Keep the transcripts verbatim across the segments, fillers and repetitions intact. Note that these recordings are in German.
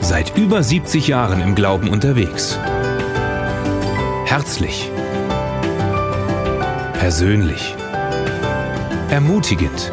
Seit über siebzig Jahren im Glauben unterwegs. Herzlich. Persönlich. Ermutigend.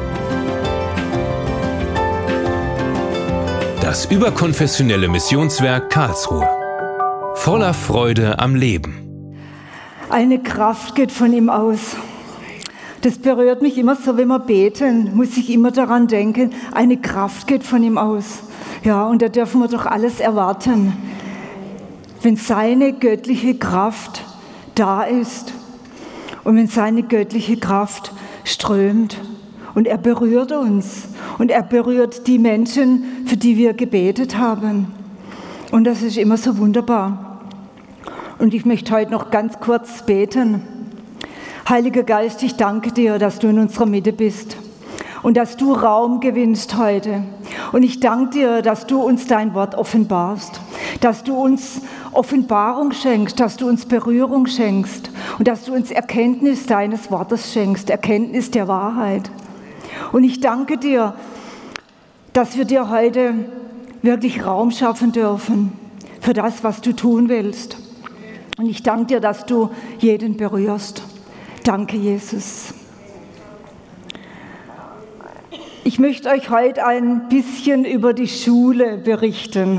Das überkonfessionelle Missionswerk Karlsruhe. Voller Freude am Leben. Eine Kraft geht von ihm aus. Das berührt mich immer so, wenn wir beten, muss ich immer daran denken, eine Kraft geht von ihm aus. Ja, und da dürfen wir doch alles erwarten. Wenn seine göttliche Kraft da ist und wenn seine göttliche Kraft strömt und er berührt uns und er berührt die Menschen, für die wir gebetet haben. Und das ist immer so wunderbar. Und ich möchte heute noch ganz kurz beten. Heiliger Geist, ich danke dir, dass du in unserer Mitte bist und dass du Raum gewinnst heute. Und ich danke dir, dass du uns dein Wort offenbarst, dass du uns Offenbarung schenkst, dass du uns Berührung schenkst und dass du uns Erkenntnis deines Wortes schenkst, Erkenntnis der Wahrheit. Und ich danke dir, dass wir dir heute wirklich Raum schaffen dürfen für das, was du tun willst. Und ich danke dir, dass du jeden berührst. Danke, Jesus. Ich möchte euch heute ein bisschen über die Schule berichten.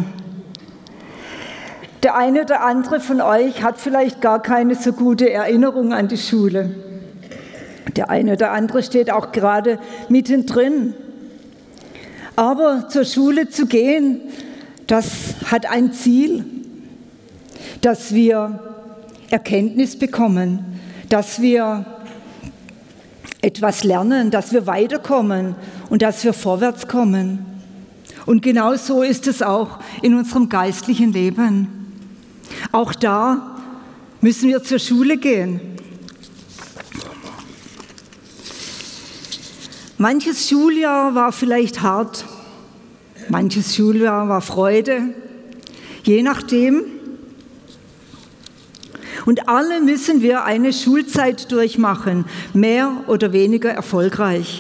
Der eine oder andere von euch hat vielleicht gar keine so gute Erinnerung an die Schule. Der eine oder andere steht auch gerade mittendrin. Aber zur Schule zu gehen, das hat ein Ziel, dass wir Erkenntnis bekommen, dass wir etwas lernen, dass wir weiterkommen und dass wir vorwärts kommen. Und genau so ist es auch in unserem geistlichen Leben. Auch da müssen wir zur Schule gehen. Manches Schuljahr war vielleicht hart, manches Schuljahr war Freude, je nachdem. Und alle müssen wir eine Schulzeit durchmachen, mehr oder weniger erfolgreich.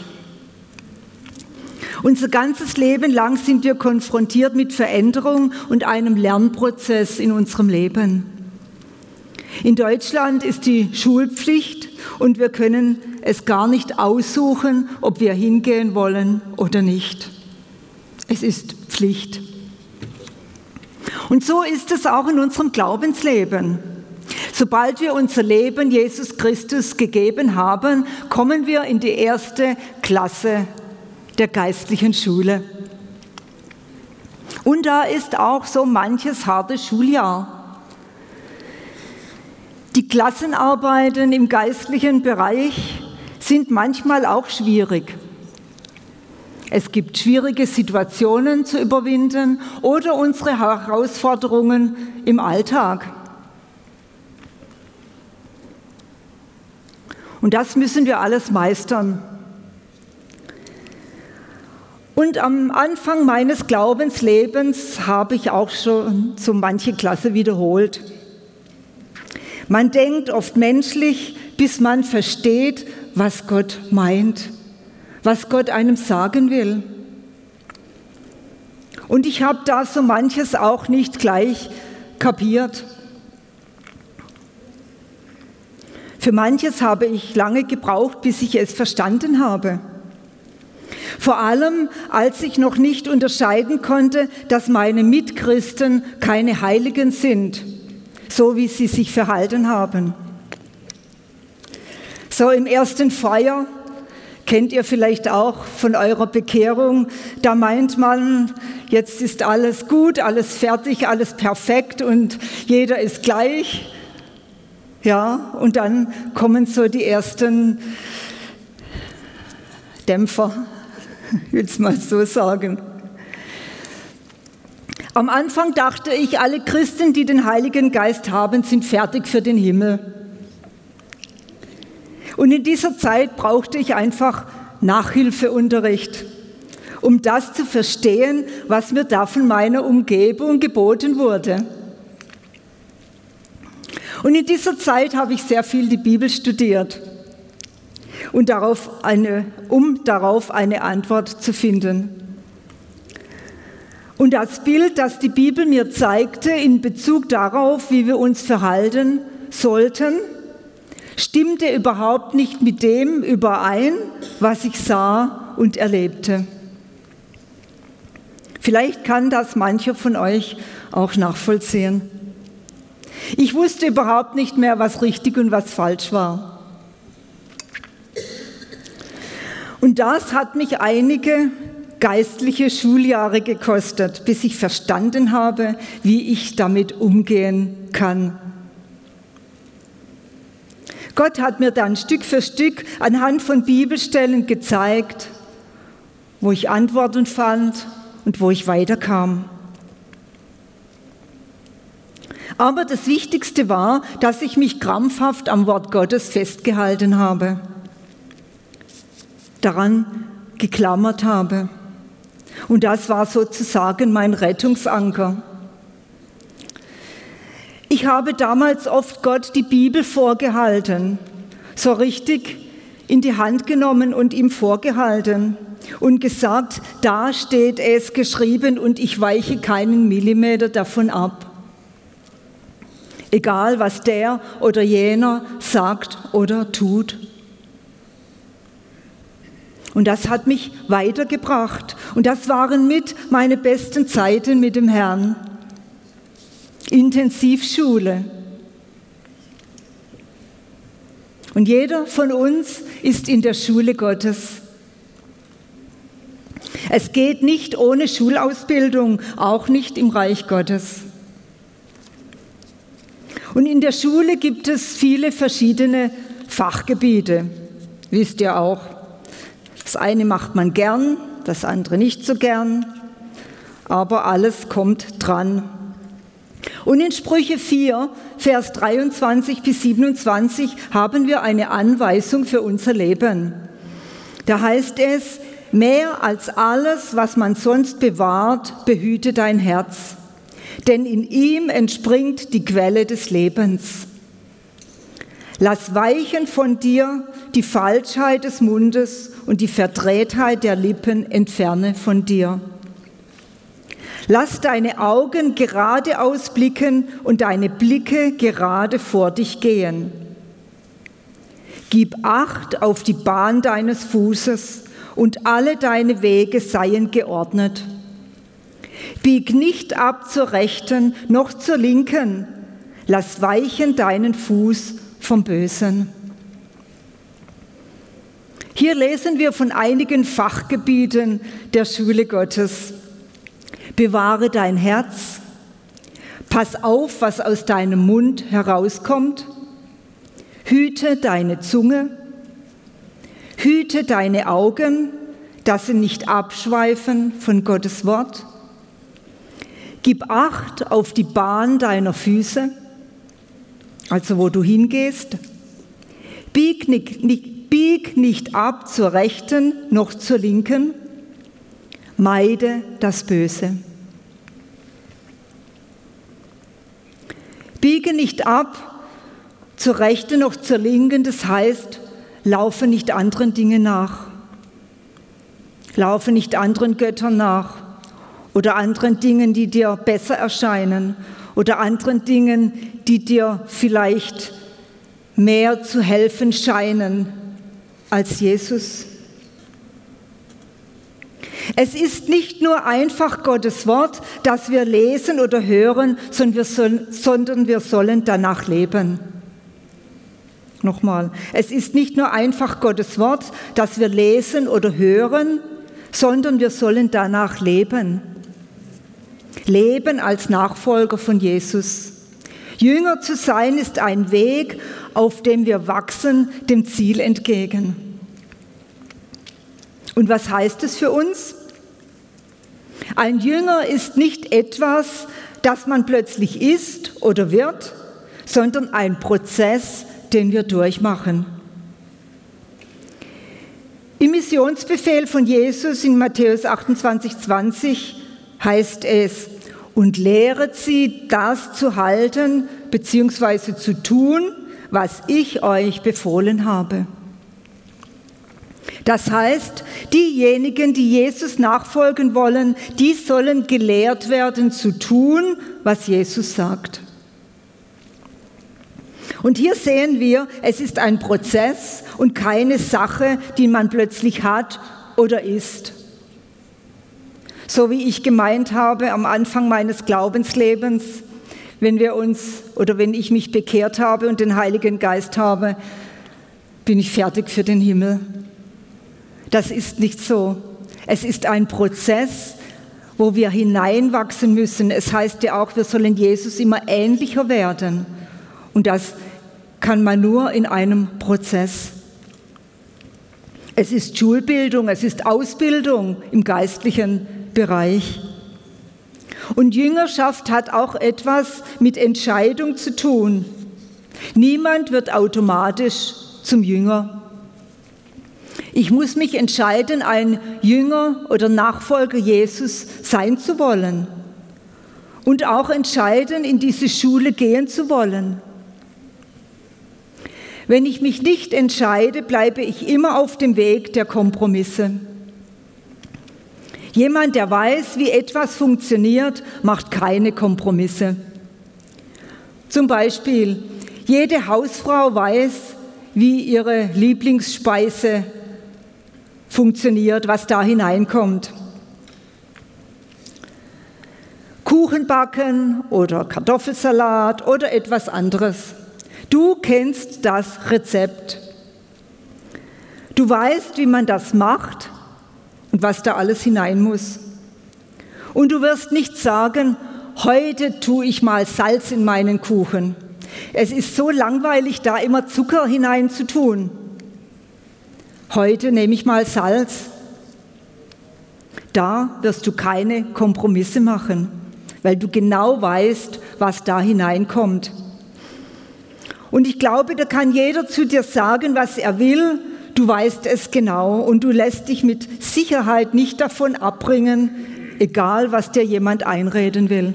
Unser ganzes Leben lang sind wir konfrontiert mit Veränderung und einem Lernprozess in unserem Leben. In Deutschland ist die Schulpflicht und wir können es gar nicht aussuchen, ob wir hingehen wollen oder nicht. Es ist Pflicht. Und so ist es auch in unserem Glaubensleben. Sobald wir unser Leben Jesus Christus gegeben haben, kommen wir in die erste Klasse der geistlichen Schule. Und da ist auch so manches harte Schuljahr. Die Klassenarbeiten im geistlichen Bereich sind manchmal auch schwierig. Es gibt schwierige Situationen zu überwinden oder unsere Herausforderungen im Alltag. Und das müssen wir alles meistern. Und am Anfang meines Glaubenslebens habe ich auch schon so manche Klasse wiederholt. Man denkt oft menschlich, bis man versteht, was Gott meint, was Gott einem sagen will. Und ich habe da so manches auch nicht gleich kapiert. Für manches habe ich lange gebraucht, bis ich es verstanden habe. Vor allem, als ich noch nicht unterscheiden konnte, dass meine Mitchristen keine Heiligen sind, so wie sie sich verhalten haben. So im ersten Feuer, kennt ihr vielleicht auch von eurer Bekehrung, da meint man, jetzt ist alles gut, alles fertig, alles perfekt und jeder ist gleich. Ja, und dann kommen so die ersten Dämpfer, ich will es mal so sagen. Am Anfang dachte ich, alle Christen, die den Heiligen Geist haben, sind fertig für den Himmel. Und in dieser Zeit brauchte ich einfach Nachhilfeunterricht, um das zu verstehen, was mir da von meiner Umgebung geboten wurde. Und in dieser Zeit habe ich sehr viel die Bibel studiert, und darauf eine, um darauf eine Antwort zu finden. Und das Bild, das die Bibel mir zeigte in Bezug darauf, wie wir uns verhalten sollten, stimmte überhaupt nicht mit dem überein, was ich sah und erlebte. Vielleicht kann das mancher von euch auch nachvollziehen. Ich wusste überhaupt nicht mehr, was richtig und was falsch war. Und das hat mich einige geistliche Schuljahre gekostet, bis ich verstanden habe, wie ich damit umgehen kann. Gott hat mir dann Stück für Stück anhand von Bibelstellen gezeigt, wo ich Antworten fand und wo ich weiterkam. Aber das Wichtigste war, dass ich mich krampfhaft am Wort Gottes festgehalten habe, daran geklammert habe. Und das war sozusagen mein Rettungsanker. Ich habe damals oft Gott die Bibel vorgehalten, so richtig in die Hand genommen und ihm vorgehalten und gesagt, da steht es geschrieben und ich weiche keinen Millimeter davon ab. Egal, was der oder jener sagt oder tut. Und das hat mich weitergebracht. Und das waren mit meine besten Zeiten mit dem Herrn. Intensivschule. Und jeder von uns ist in der Schule Gottes. Es geht nicht ohne Schulausbildung, auch nicht im Reich Gottes. Und in der Schule gibt es viele verschiedene Fachgebiete, wisst ihr auch. Das eine macht man gern, das andere nicht so gern, aber alles kommt dran. Und in Sprüche vier, Vers dreiundzwanzig bis siebenundzwanzig haben wir eine Anweisung für unser Leben. Da heißt es, mehr als alles, was man sonst bewahrt, behüte dein Herz, denn in ihm entspringt die Quelle des Lebens. Lass weichen von dir die Falschheit des Mundes und die Verdrehtheit der Lippen entferne von dir. Lass deine Augen geradeaus blicken und deine Blicke gerade vor dich gehen. Gib Acht auf die Bahn deines Fußes und alle deine Wege seien geordnet. Bieg nicht ab zur Rechten noch zur Linken. Lass weichen deinen Fuß vom Bösen. Hier lesen wir von einigen Fachgebieten der Schule Gottes. Bewahre dein Herz, pass auf, was aus deinem Mund herauskommt, hüte deine Zunge, hüte deine Augen, dass sie nicht abschweifen von Gottes Wort, gib Acht auf die Bahn deiner Füße, also wo du hingehst, bieg nicht, nicht, bieg nicht ab zur Rechten noch zur Linken, meide das Böse. Biege nicht ab zur Rechten noch zur Linken, das heißt, laufe nicht anderen Dingen nach. Laufe nicht anderen Göttern nach oder anderen Dingen, die dir besser erscheinen oder anderen Dingen, die dir vielleicht mehr zu helfen scheinen als Jesus. Es ist nicht nur einfach Gottes Wort, das wir lesen oder hören, sondern wir sollen, sondern wir sollen danach leben. Nochmal, es ist nicht nur einfach Gottes Wort, das wir lesen oder hören, sondern wir sollen danach leben. Leben als Nachfolger von Jesus. Jünger zu sein ist ein Weg, auf dem wir wachsen, dem Ziel entgegen. Und was heißt es für uns? Ein Jünger ist nicht etwas, das man plötzlich ist oder wird, sondern ein Prozess, den wir durchmachen. Im Missionsbefehl von Jesus in Matthäus achtundzwanzig, zwanzig heißt es, und lehret sie, das zu halten bzw. zu tun, was ich euch befohlen habe. Das heißt, diejenigen, die Jesus nachfolgen wollen, die sollen gelehrt werden zu tun, was Jesus sagt. Und hier sehen wir, es ist ein Prozess und keine Sache, die man plötzlich hat oder ist. So wie ich gemeint habe am Anfang meines Glaubenslebens, wenn wir uns oder wenn ich mich bekehrt habe und den Heiligen Geist habe, bin ich fertig für den Himmel. Das ist nicht so. Es ist ein Prozess, wo wir hineinwachsen müssen. Es heißt ja auch, wir sollen Jesus immer ähnlicher werden. Und das kann man nur in einem Prozess. Es ist Schulbildung, es ist Ausbildung im geistlichen Bereich. Und Jüngerschaft hat auch etwas mit Entscheidung zu tun. Niemand wird automatisch zum Jünger. Ich muss mich entscheiden, ein Jünger oder Nachfolger Jesus sein zu wollen und auch entscheiden, in diese Schule gehen zu wollen. Wenn ich mich nicht entscheide, bleibe ich immer auf dem Weg der Kompromisse. Jemand, der weiß, wie etwas funktioniert, macht keine Kompromisse. Zum Beispiel, jede Hausfrau weiß, wie ihre Lieblingsspeise funktioniert, was da hineinkommt. Kuchen backen oder Kartoffelsalat oder etwas anderes. Du kennst das Rezept. Du weißt, wie man das macht und was da alles hinein muss. Und du wirst nicht sagen, heute tue ich mal Salz in meinen Kuchen. Es ist so langweilig, da immer Zucker hinein zu tun. Heute nehme ich mal Salz. Da wirst du keine Kompromisse machen, weil du genau weißt, was da hineinkommt. Und ich glaube, da kann jeder zu dir sagen, was er will. Du weißt es genau und du lässt dich mit Sicherheit nicht davon abbringen, egal was dir jemand einreden will.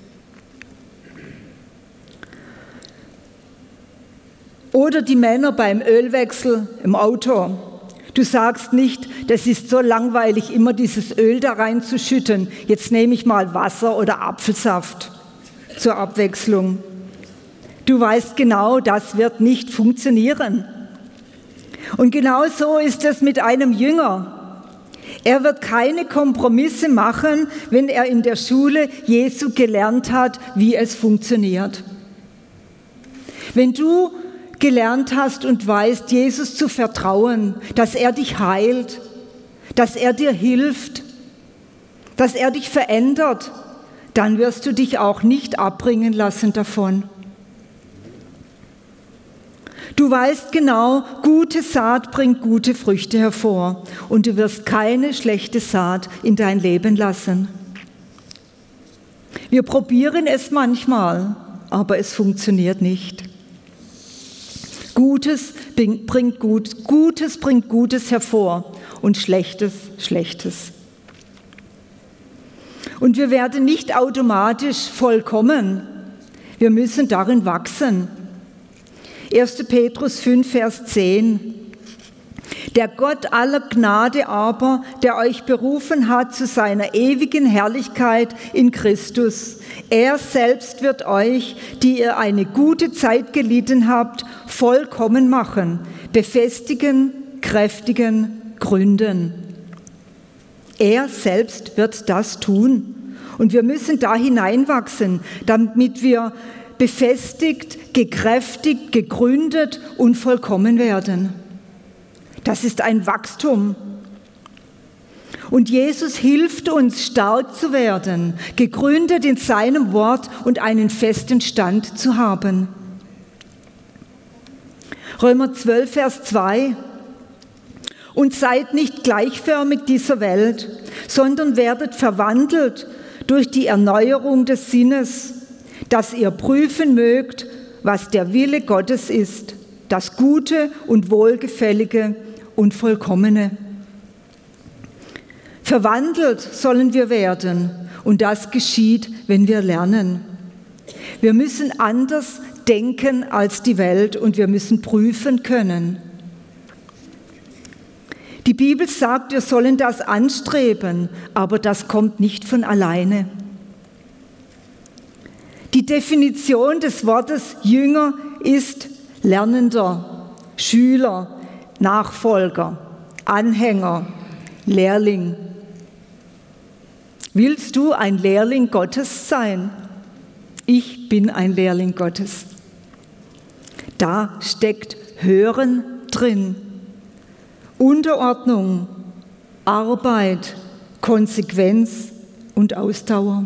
Oder die Männer beim Ölwechsel im Auto. Du sagst nicht, das ist so langweilig, immer dieses Öl da reinzuschütten. Jetzt nehme ich mal Wasser oder Apfelsaft zur Abwechslung. Du weißt genau, das wird nicht funktionieren. Und genau so ist es mit einem Jünger. Er wird keine Kompromisse machen, wenn er in der Schule Jesu gelernt hat, wie es funktioniert. Wenn du gelernt hast und weißt, Jesus zu vertrauen, dass er dich heilt, dass er dir hilft, dass er dich verändert, dann wirst du dich auch nicht abbringen lassen davon. Du weißt genau, gute Saat bringt gute Früchte hervor und du wirst keine schlechte Saat in dein Leben lassen. Wir probieren es manchmal, aber es funktioniert nicht. Gutes bringt gut, Gutes bringt Gutes hervor und Schlechtes, Schlechtes. Und wir werden nicht automatisch vollkommen. Wir müssen darin wachsen. erster Petrus fünf, Vers zehn. Der Gott aller Gnade aber, der euch berufen hat zu seiner ewigen Herrlichkeit in Christus, er selbst wird euch, die ihr eine gute Zeit gelitten habt, vollkommen machen, befestigen, kräftigen, gründen. Er selbst wird das tun. Und wir müssen da hineinwachsen, damit wir befestigt, gekräftigt, gegründet und vollkommen werden. Das ist ein Wachstum. Und Jesus hilft uns, stark zu werden, gegründet in seinem Wort und einen festen Stand zu haben. Römer zwölf, Vers zwei. Und seid nicht gleichförmig dieser Welt, sondern werdet verwandelt durch die Erneuerung des Sinnes, dass ihr prüfen mögt, was der Wille Gottes ist, das Gute und Wohlgefällige und Vollkommene. Verwandelt sollen wir werden und das geschieht, wenn wir lernen. Wir müssen anders denken als die Welt und wir müssen prüfen können. Die Bibel sagt, wir sollen das anstreben, aber das kommt nicht von alleine. Die Definition des Wortes Jünger ist Lernender, Schüler, Nachfolger, Anhänger, Lehrling. Willst du ein Lehrling Gottes sein? Ich bin ein Lehrling Gottes. Da steckt Hören drin. Unterordnung, Arbeit, Konsequenz und Ausdauer.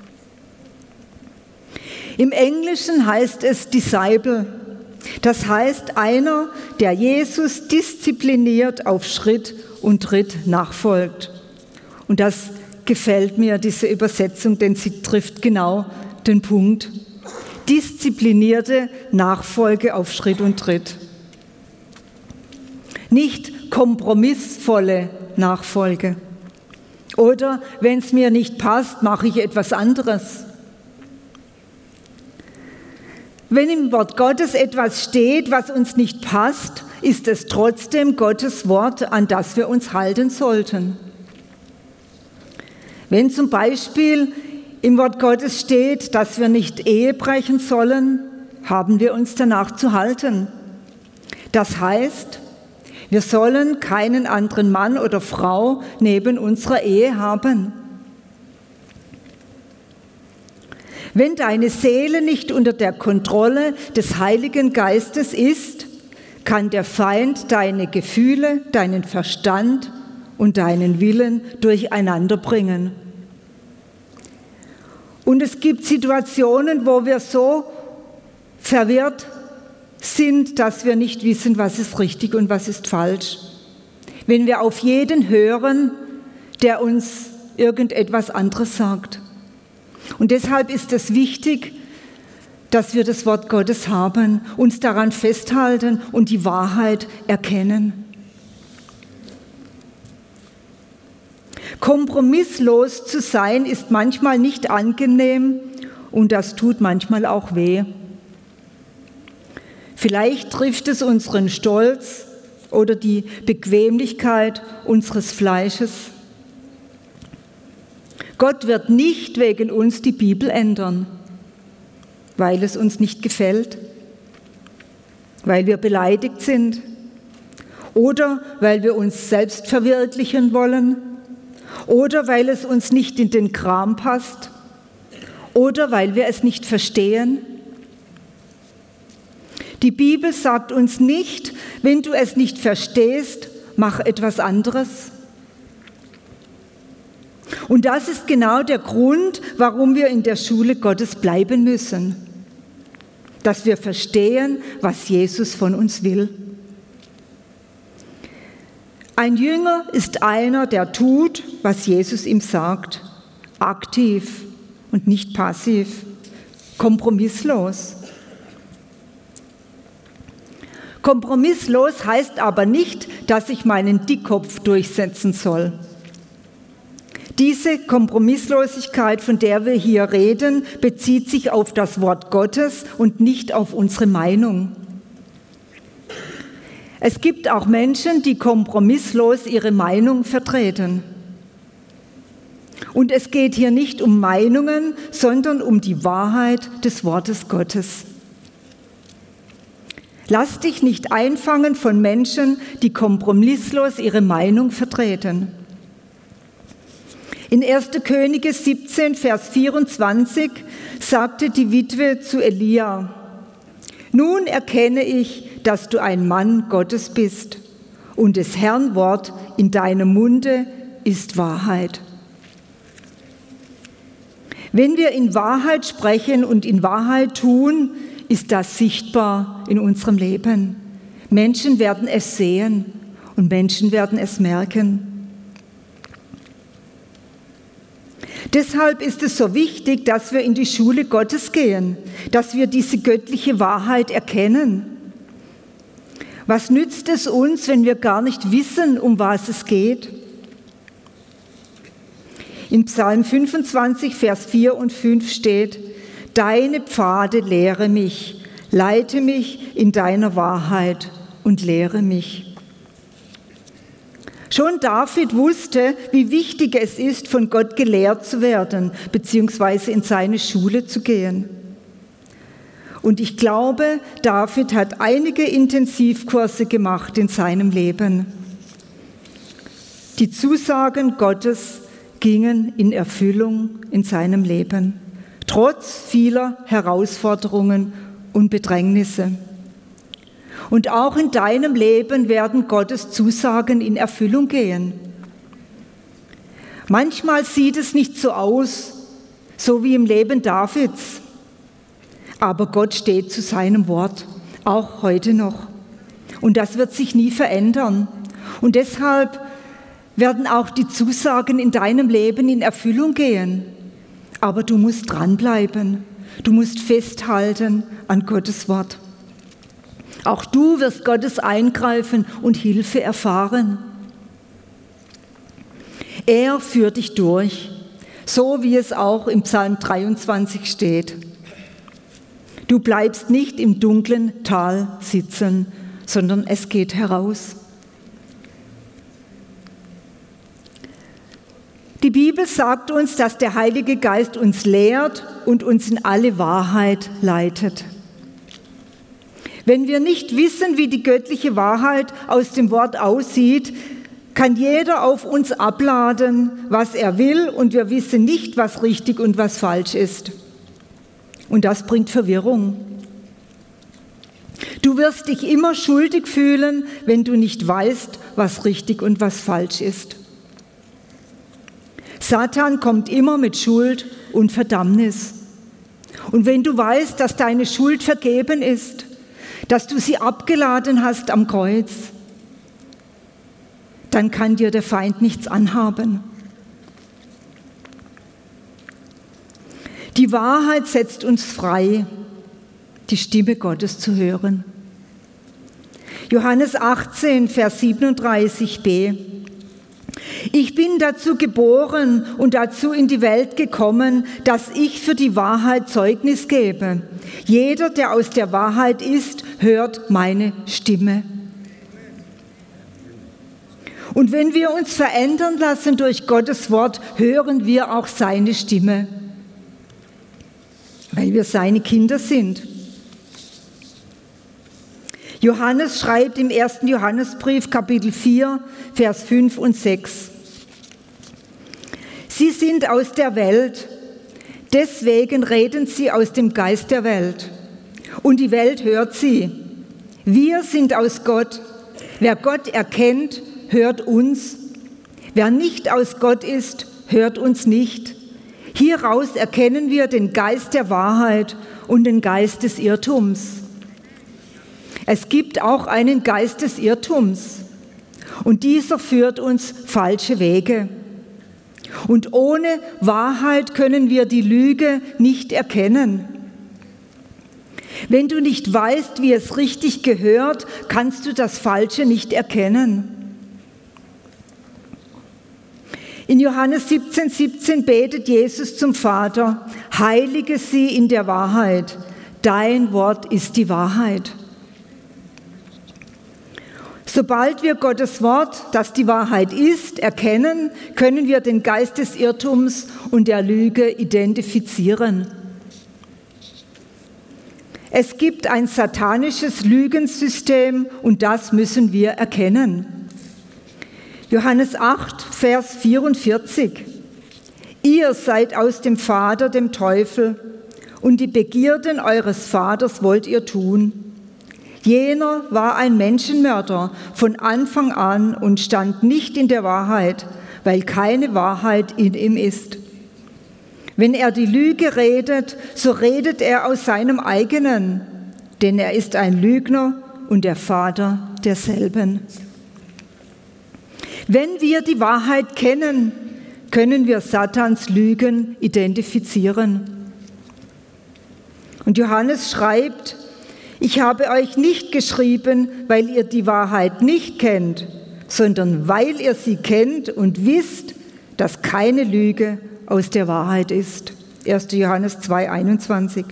Im Englischen heißt es Disciple. Das heißt einer, der Jesus diszipliniert auf Schritt und Tritt nachfolgt. Und das gefällt mir, diese Übersetzung, denn sie trifft genau den Punkt. Disziplinierte Nachfolge auf Schritt und Tritt. Nicht kompromissvolle Nachfolge. Oder wenn es mir nicht passt, mache ich etwas anderes. Wenn im Wort Gottes etwas steht, was uns nicht passt, ist es trotzdem Gottes Wort, an das wir uns halten sollten. Wenn zum Beispiel im Wort Gottes steht, dass wir nicht Ehe brechen sollen, haben wir uns danach zu halten. Das heißt, wir sollen keinen anderen Mann oder Frau neben unserer Ehe haben. Wenn deine Seele nicht unter der Kontrolle des Heiligen Geistes ist, kann der Feind deine Gefühle, deinen Verstand und deinen Willen durcheinander bringen. Und es gibt Situationen, wo wir so verwirrt sind, dass wir nicht wissen, was ist richtig und was ist falsch. Wenn wir auf jeden hören, der uns irgendetwas anderes sagt. Und deshalb ist es wichtig, dass wir das Wort Gottes haben, uns daran festhalten und die Wahrheit erkennen. Kompromisslos zu sein ist manchmal nicht angenehm und das tut manchmal auch weh. Vielleicht trifft es unseren Stolz oder die Bequemlichkeit unseres Fleisches. Gott wird nicht wegen uns die Bibel ändern, weil es uns nicht gefällt, weil wir beleidigt sind oder weil wir uns selbst verwirklichen wollen oder weil es uns nicht in den Kram passt oder weil wir es nicht verstehen. Die Bibel sagt uns nicht, wenn du es nicht verstehst, mach etwas anderes. Und das ist genau der Grund, warum wir in der Schule Gottes bleiben müssen. Dass wir verstehen, was Jesus von uns will. Ein Jünger ist einer, der tut, was Jesus ihm sagt. Aktiv und nicht passiv. Kompromisslos. Kompromisslos heißt aber nicht, dass ich meinen Dickkopf durchsetzen soll. Diese Kompromisslosigkeit, von der wir hier reden, bezieht sich auf das Wort Gottes und nicht auf unsere Meinung. Es gibt auch Menschen, die kompromisslos ihre Meinung vertreten. Und es geht hier nicht um Meinungen, sondern um die Wahrheit des Wortes Gottes. Lass dich nicht einfangen von Menschen, die kompromisslos ihre Meinung vertreten. In erster Könige siebzehn, Vers vierundzwanzig sagte die Witwe zu Elia: Nun erkenne ich, dass du ein Mann Gottes bist und des Herrn Wort in deinem Munde ist Wahrheit. Wenn wir in Wahrheit sprechen und in Wahrheit tun, ist das sichtbar in unserem Leben. Menschen werden es sehen und Menschen werden es merken. Deshalb ist es so wichtig, dass wir in die Schule Gottes gehen, dass wir diese göttliche Wahrheit erkennen. Was nützt es uns, wenn wir gar nicht wissen, um was es geht? In Psalm fünfundzwanzig, Vers vier und fünf steht: Deine Pfade lehre mich, leite mich in deiner Wahrheit und lehre mich. Schon David wusste, wie wichtig es ist, von Gott gelehrt zu werden, beziehungsweise in seine Schule zu gehen. Und ich glaube, David hat einige Intensivkurse gemacht in seinem Leben. Die Zusagen Gottes gingen in Erfüllung in seinem Leben, trotz vieler Herausforderungen und Bedrängnisse. Und auch in deinem Leben werden Gottes Zusagen in Erfüllung gehen. Manchmal sieht es nicht so aus, so wie im Leben Davids. Aber Gott steht zu seinem Wort, auch heute noch. Und das wird sich nie verändern. Und deshalb werden auch die Zusagen in deinem Leben in Erfüllung gehen. Aber du musst dranbleiben. Du musst festhalten an Gottes Wort. Auch du wirst Gottes Eingreifen und Hilfe erfahren. Er führt dich durch, so wie es auch im Psalm dreiundzwanzig steht. Du bleibst nicht im dunklen Tal sitzen, sondern es geht heraus. Die Bibel sagt uns, dass der Heilige Geist uns lehrt und uns in alle Wahrheit leitet. Wenn wir nicht wissen, wie die göttliche Wahrheit aus dem Wort aussieht, kann jeder auf uns abladen, was er will, und wir wissen nicht, was richtig und was falsch ist. Und das bringt Verwirrung. Du wirst dich immer schuldig fühlen, wenn du nicht weißt, was richtig und was falsch ist. Satan kommt immer mit Schuld und Verdammnis. Und wenn du weißt, dass deine Schuld vergeben ist, dass du sie abgeladen hast am Kreuz, dann kann dir der Feind nichts anhaben. Die Wahrheit setzt uns frei, die Stimme Gottes zu hören. Johannes achtzehn, Vers siebenunddreißig b. Ich bin dazu geboren und dazu in die Welt gekommen, dass ich für die Wahrheit Zeugnis gebe. Jeder, der aus der Wahrheit ist, hört meine Stimme. Und wenn wir uns verändern lassen durch Gottes Wort, hören wir auch seine Stimme, weil wir seine Kinder sind. Johannes schreibt im ersten Johannesbrief, Kapitel vier, Vers fünf und sechs. Sie sind aus der Welt, deswegen reden sie aus dem Geist der Welt. Und die Welt hört sie. Wir sind aus Gott. Wer Gott erkennt, hört uns. Wer nicht aus Gott ist, hört uns nicht. Hieraus erkennen wir den Geist der Wahrheit und den Geist des Irrtums. Es gibt auch einen Geist des Irrtums und dieser führt uns falsche Wege. Und ohne Wahrheit können wir die Lüge nicht erkennen. Wenn du nicht weißt, wie es richtig gehört, kannst du das Falsche nicht erkennen. In Johannes siebzehn, siebzehn betet Jesus zum Vater: Heilige sie in der Wahrheit. Dein Wort ist die Wahrheit. Sobald wir Gottes Wort, das die Wahrheit ist, erkennen, können wir den Geist des Irrtums und der Lüge identifizieren. Es gibt ein satanisches Lügensystem und das müssen wir erkennen. Johannes acht, Vers vierundvierzig. Ihr seid aus dem Vater, dem Teufel, und die Begierden eures Vaters wollt ihr tun. Jener war ein Menschenmörder von Anfang an und stand nicht in der Wahrheit, weil keine Wahrheit in ihm ist. Wenn er die Lüge redet, so redet er aus seinem eigenen, denn er ist ein Lügner und der Vater derselben. Wenn wir die Wahrheit kennen, können wir Satans Lügen identifizieren. Und Johannes schreibt: Ich habe euch nicht geschrieben, weil ihr die Wahrheit nicht kennt, sondern weil ihr sie kennt und wisst, dass keine Lüge aus der Wahrheit ist. erster Johannes zwei, einundzwanzig.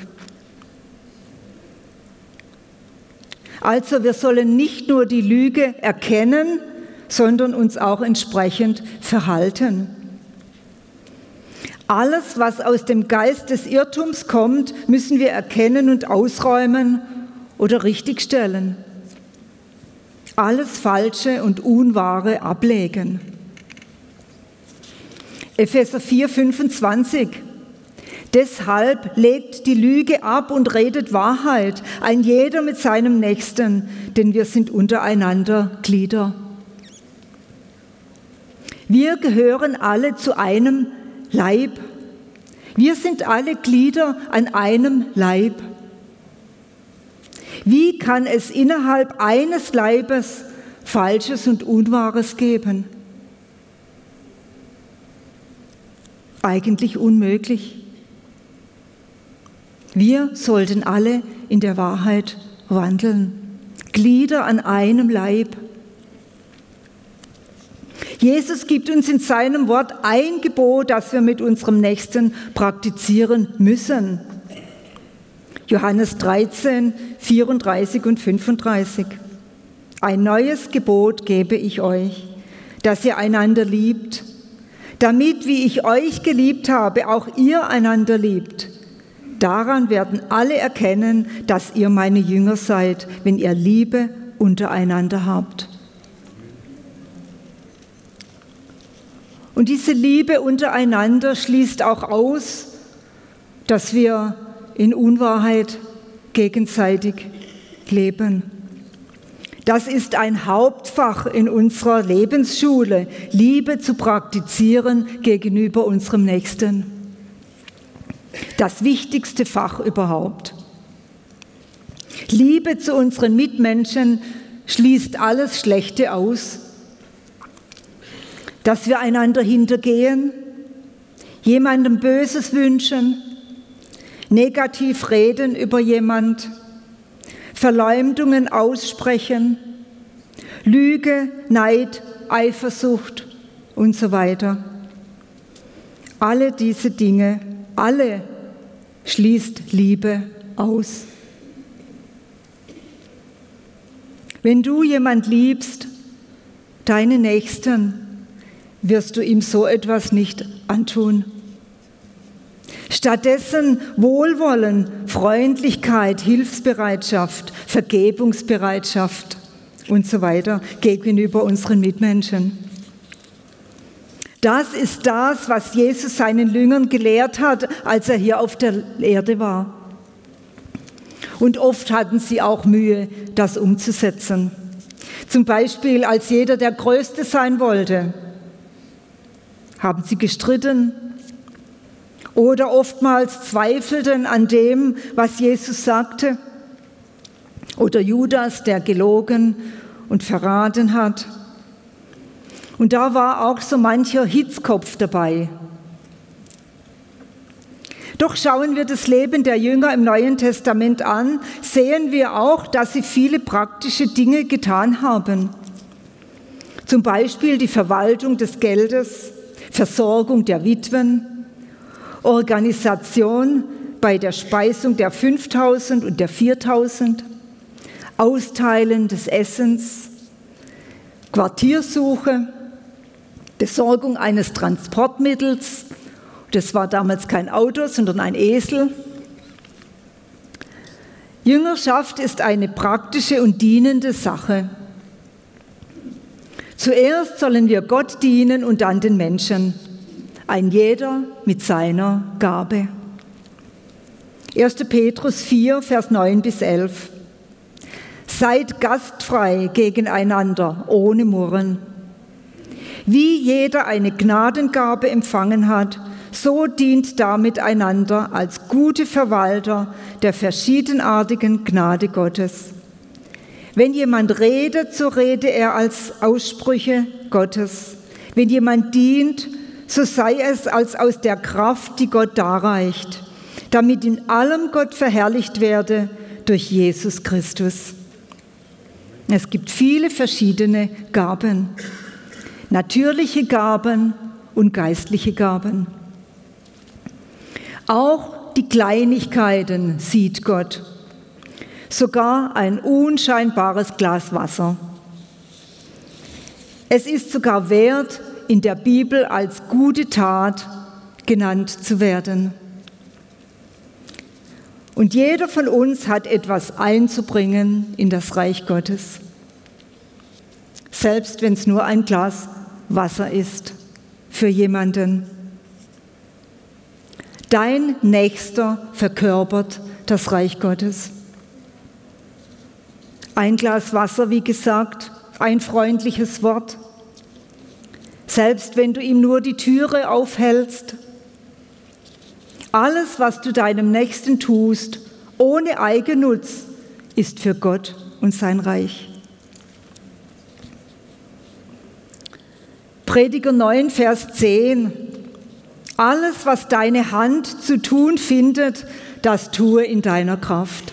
Also wir sollen nicht nur die Lüge erkennen, sondern uns auch entsprechend verhalten. Alles, was aus dem Geist des Irrtums kommt, müssen wir erkennen und ausräumen oder richtigstellen. Alles Falsche und Unwahre ablegen. Epheser vier, fünfundzwanzig. Deshalb legt die Lüge ab und redet Wahrheit, ein jeder mit seinem Nächsten, denn wir sind untereinander Glieder. Wir gehören alle zu einem Leib. Wir sind alle Glieder an einem Leib. Wie kann es innerhalb eines Leibes Falsches und Unwahres geben? Eigentlich unmöglich. Wir sollten alle in der Wahrheit wandeln. Glieder an einem Leib. Jesus gibt uns in seinem Wort ein Gebot, das wir mit unserem Nächsten praktizieren müssen. Johannes dreizehn, vierunddreißig und fünfunddreißig. Ein neues Gebot gebe ich euch, dass ihr einander liebt, damit, wie ich euch geliebt habe, auch ihr einander liebt. Daran werden alle erkennen, dass ihr meine Jünger seid, wenn ihr Liebe untereinander habt. Und diese Liebe untereinander schließt auch aus, dass wir in Unwahrheit gegenseitig leben. Das ist ein Hauptfach in unserer Lebensschule, Liebe zu praktizieren gegenüber unserem Nächsten. Das wichtigste Fach überhaupt. Liebe zu unseren Mitmenschen schließt alles Schlechte aus. Dass wir einander hintergehen, jemandem Böses wünschen, negativ reden über jemand, Verleumdungen aussprechen, Lüge, Neid, Eifersucht und so weiter. Alle diese Dinge, alle schließt Liebe aus. Wenn du jemand liebst, deinen Nächsten, wirst du ihm so etwas nicht antun. Stattdessen Wohlwollen, Freundlichkeit, Hilfsbereitschaft, Vergebungsbereitschaft und so weiter gegenüber unseren Mitmenschen. Das ist das, was Jesus seinen Jüngern gelehrt hat, als er hier auf der Erde war. Und oft hatten sie auch Mühe, das umzusetzen. Zum Beispiel, als jeder der Größte sein wollte, haben sie gestritten oder oftmals zweifelten an dem, was Jesus sagte. Oder Judas, der gelogen und verraten hat. Und da war auch so mancher Hitzkopf dabei. Doch schauen wir das Leben der Jünger im Neuen Testament an, sehen wir auch, dass sie viele praktische Dinge getan haben. Zum Beispiel die Verwaltung des Geldes, Versorgung der Witwen, Organisation bei der Speisung der fünftausend und der viertausend, Austeilen des Essens, Quartiersuche, Besorgung eines Transportmittels, das war damals kein Auto, sondern ein Esel. Jüngerschaft ist eine praktische und dienende Sache. Zuerst sollen wir Gott dienen und dann den Menschen, ein jeder mit seiner Gabe. erster Petrus vier, Vers neun bis elf. Seid gastfrei gegeneinander, ohne Murren. Wie jeder eine Gnadengabe empfangen hat, so dient damit einander als gute Verwalter der verschiedenartigen Gnade Gottes. Wenn jemand redet, so rede er als Aussprüche Gottes. Wenn jemand dient, so sei es als aus der Kraft, die Gott darreicht, damit in allem Gott verherrlicht werde durch Jesus Christus. Es gibt viele verschiedene Gaben, natürliche Gaben und geistliche Gaben. Auch die Kleinigkeiten sieht Gott, sogar ein unscheinbares Glas Wasser. Es ist sogar wert, in der Bibel als gute Tat genannt zu werden. Und jeder von uns hat etwas einzubringen in das Reich Gottes. Selbst wenn es nur ein Glas Wasser ist für jemanden. Dein Nächster verkörpert das Reich Gottes. Ein Glas Wasser, wie gesagt, ein freundliches Wort. Selbst wenn du ihm nur die Türe aufhältst. Alles, was du deinem Nächsten tust, ohne Eigennutz, ist für Gott und sein Reich. Prediger neun, Vers zehn. Alles, was deine Hand zu tun findet, das tue in deiner Kraft.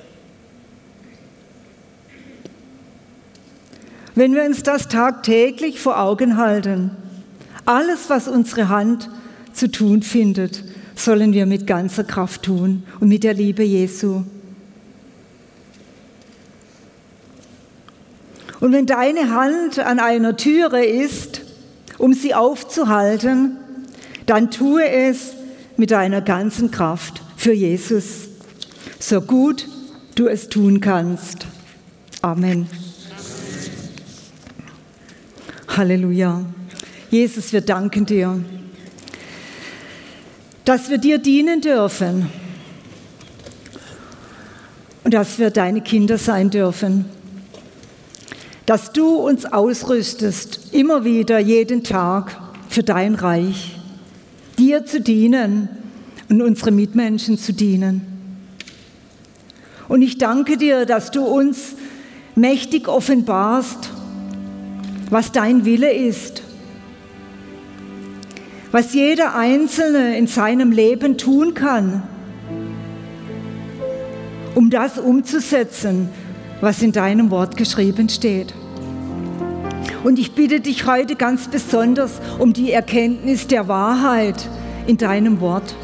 Wenn wir uns das tagtäglich vor Augen halten, alles, was unsere Hand zu tun findet, sollen wir mit ganzer Kraft tun und mit der Liebe Jesu. Und wenn deine Hand an einer Türe ist, um sie aufzuhalten, dann tue es mit deiner ganzen Kraft für Jesus, so gut du es tun kannst. Amen. Halleluja. Jesus, wir danken dir, dass wir dir dienen dürfen und dass wir deine Kinder sein dürfen. Dass du uns ausrüstest, immer wieder, jeden Tag für dein Reich, dir zu dienen und unsere Mitmenschen zu dienen. Und ich danke dir, dass du uns mächtig offenbarst, was dein Wille ist, was jeder Einzelne in seinem Leben tun kann, um das umzusetzen, was in deinem Wort geschrieben steht. Und ich bitte dich heute ganz besonders um die Erkenntnis der Wahrheit in deinem Wort,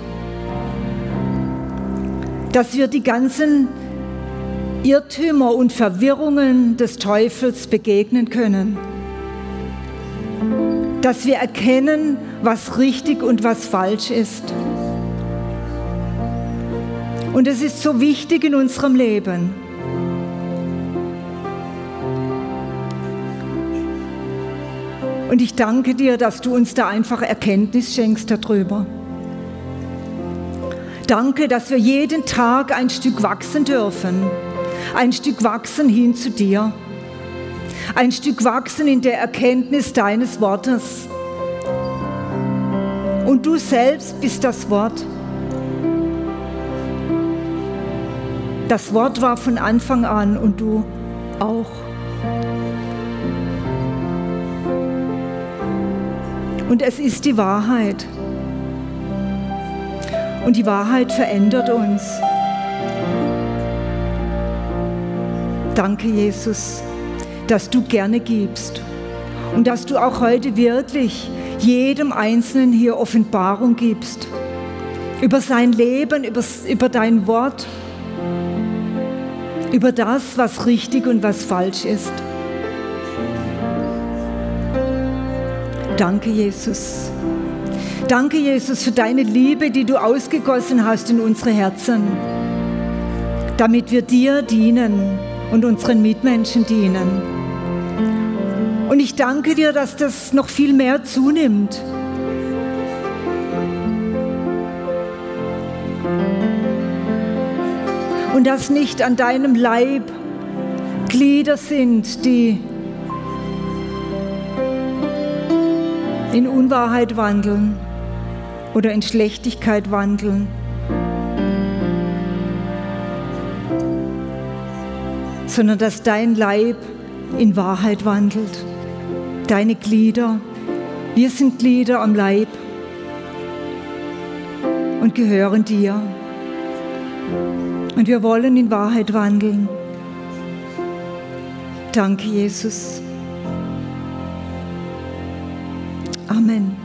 dass wir die ganzen Irrtümer und Verwirrungen des Teufels begegnen können, dass wir erkennen, was richtig und was falsch ist. Und es ist so wichtig in unserem Leben. Und ich danke dir, dass du uns da einfach Erkenntnis schenkst darüber. Danke, dass wir jeden Tag ein Stück wachsen dürfen, ein Stück wachsen hin zu dir, ein Stück wachsen in der Erkenntnis deines Wortes. Und du selbst bist das Wort. Das Wort war von Anfang an und du auch. Und es ist die Wahrheit. Und die Wahrheit verändert uns. Danke, Jesus, dass du gerne gibst und dass du auch heute wirklich jedem Einzelnen hier Offenbarung gibst über sein Leben, über, über dein Wort, über das, was richtig und was falsch ist. Danke, Jesus. Danke, Jesus, für deine Liebe, die du ausgegossen hast in unsere Herzen, damit wir dir dienen und unseren Mitmenschen dienen. Und ich danke dir, dass das noch viel mehr zunimmt. Und dass nicht an deinem Leib Glieder sind, die in Unwahrheit wandeln oder in Schlechtigkeit wandeln, sondern dass dein Leib in Wahrheit wandelt. Deine Glieder, wir sind Glieder am Leib und gehören dir. Und wir wollen in Wahrheit wandeln. Danke, Jesus. Amen.